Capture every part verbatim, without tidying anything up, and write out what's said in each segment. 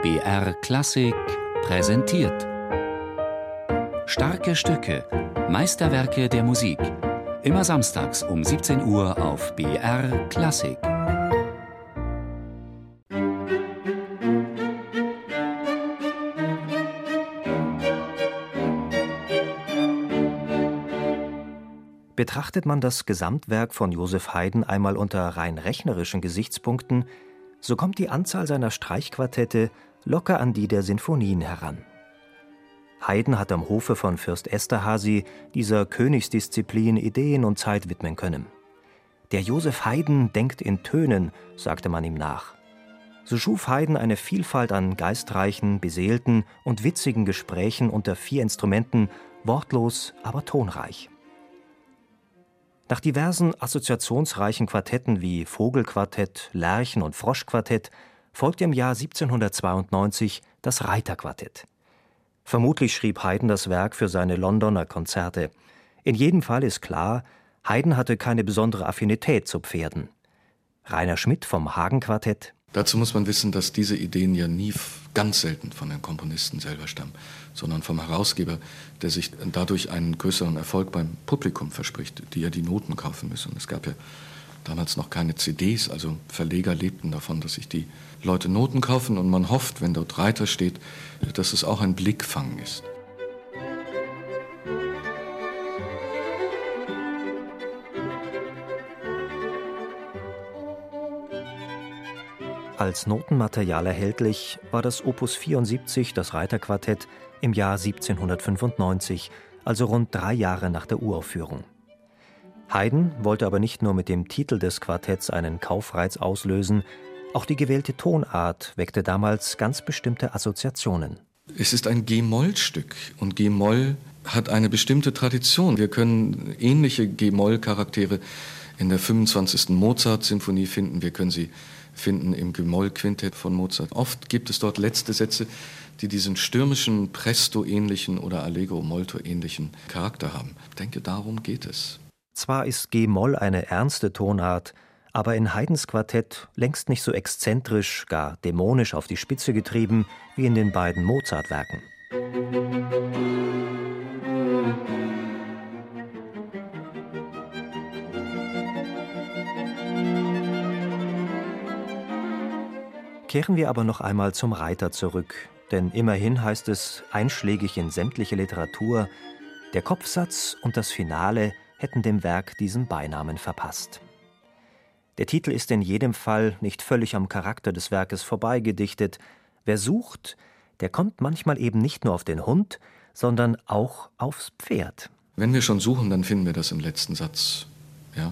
B R Klassik präsentiert. Starke Stücke, Meisterwerke der Musik. Immer samstags um siebzehn Uhr auf B R Klassik. Betrachtet man das Gesamtwerk von Joseph Haydn einmal unter rein rechnerischen Gesichtspunkten, so kommt die Anzahl seiner Streichquartette locker an die der Sinfonien heran. Haydn hat am Hofe von Fürst Esterházy dieser Königsdisziplin Ideen und Zeit widmen können. Der Joseph Haydn denkt in Tönen, sagte man ihm nach. So schuf Haydn eine Vielfalt an geistreichen, beseelten und witzigen Gesprächen unter vier Instrumenten, wortlos, aber tonreich. Nach diversen assoziationsreichen Quartetten wie Vogelquartett, Lerchen- und Froschquartett folgte im Jahr siebzehnhundertzweiundneunzig das Reiterquartett. Vermutlich schrieb Haydn das Werk für seine Londoner Konzerte. In jedem Fall ist klar, Haydn hatte keine besondere Affinität zu Pferden. Rainer Schmidt vom Hagen-Quartett: Dazu muss man wissen, dass diese Ideen ja nie ganz selten von den Komponisten selber stammen, sondern vom Herausgeber, der sich dadurch einen größeren Erfolg beim Publikum verspricht, die ja die Noten kaufen müssen. Es gab ja damals noch keine C Ds, also Verleger lebten davon, dass sich die Leute Noten kaufen und man hofft, wenn dort Reiter steht, dass es auch ein Blickfang ist. Als Notenmaterial erhältlich war das Opus vierundsiebzig, das Reiterquartett, im Jahr siebzehnhundertfünfundneunzig, also rund drei Jahre nach der Uraufführung. Haydn wollte aber nicht nur mit dem Titel des Quartetts einen Kaufreiz auslösen, auch die gewählte Tonart weckte damals ganz bestimmte Assoziationen. Es ist ein G-Moll-Stück und G-Moll hat eine bestimmte Tradition. Wir können ähnliche G-Moll-Charaktere in der fünfundzwanzigsten Mozart-Symphonie finden, wir können sie finden im G-Moll-Quintett von Mozart. Oft gibt es dort letzte Sätze, die diesen stürmischen, Presto-ähnlichen oder Allegro-Molto-ähnlichen Charakter haben. Ich denke, darum geht es. Zwar ist G-Moll eine ernste Tonart, aber in Haydns Quartett längst nicht so exzentrisch, gar dämonisch auf die Spitze getrieben wie in den beiden Mozart-Werken. Kehren wir aber noch einmal zum Reiter zurück, denn immerhin heißt es einschlägig in sämtliche Literatur, der Kopfsatz und das Finale hätten dem Werk diesen Beinamen verpasst. Der Titel ist in jedem Fall nicht völlig am Charakter des Werkes vorbeigedichtet. Wer sucht, der kommt manchmal eben nicht nur auf den Hund, sondern auch aufs Pferd. Wenn wir schon suchen, dann finden wir das im letzten Satz, ja,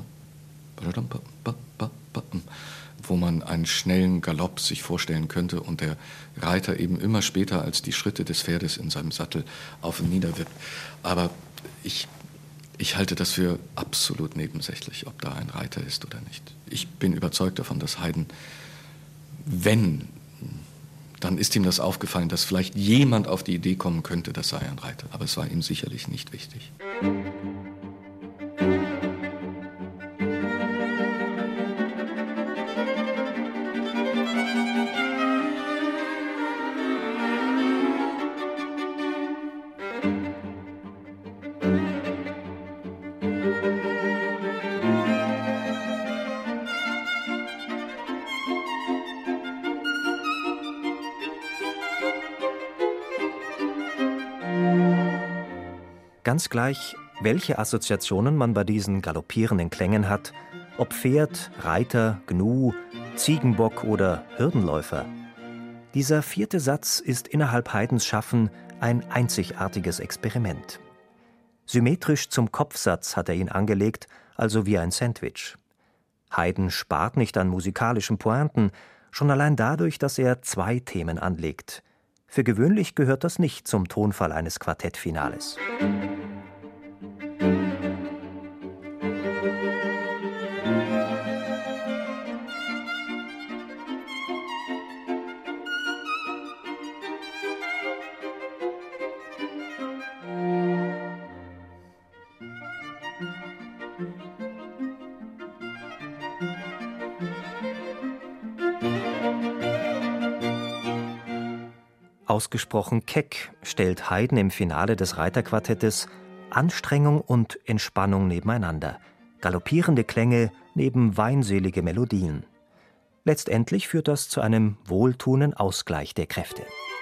wo man einen schnellen Galopp sich vorstellen könnte und der Reiter eben immer später als die Schritte des Pferdes in seinem Sattel auf und nieder wippt. Aber ich, ich halte das für absolut nebensächlich, ob da ein Reiter ist oder nicht. Ich bin überzeugt davon, dass Haydn, wenn, dann ist ihm das aufgefallen, dass vielleicht jemand auf die Idee kommen könnte, das sei ein Reiter. Aber es war ihm sicherlich nicht wichtig. Ganz gleich, welche Assoziationen man bei diesen galoppierenden Klängen hat, ob Pferd, Reiter, Gnu, Ziegenbock oder Hürdenläufer. Dieser vierte Satz ist innerhalb Haydns Schaffen ein einzigartiges Experiment. Symmetrisch zum Kopfsatz hat er ihn angelegt, also wie ein Sandwich. Haydn spart nicht an musikalischen Pointen, schon allein dadurch, dass er zwei Themen anlegt. Für gewöhnlich gehört das nicht zum Tonfall eines Quartettfinales. Ausgesprochen keck stellt Haydn im Finale des Reiterquartettes Anstrengung und Entspannung nebeneinander, galoppierende Klänge neben weinselige Melodien. Letztendlich führt das zu einem wohltuenden Ausgleich der Kräfte.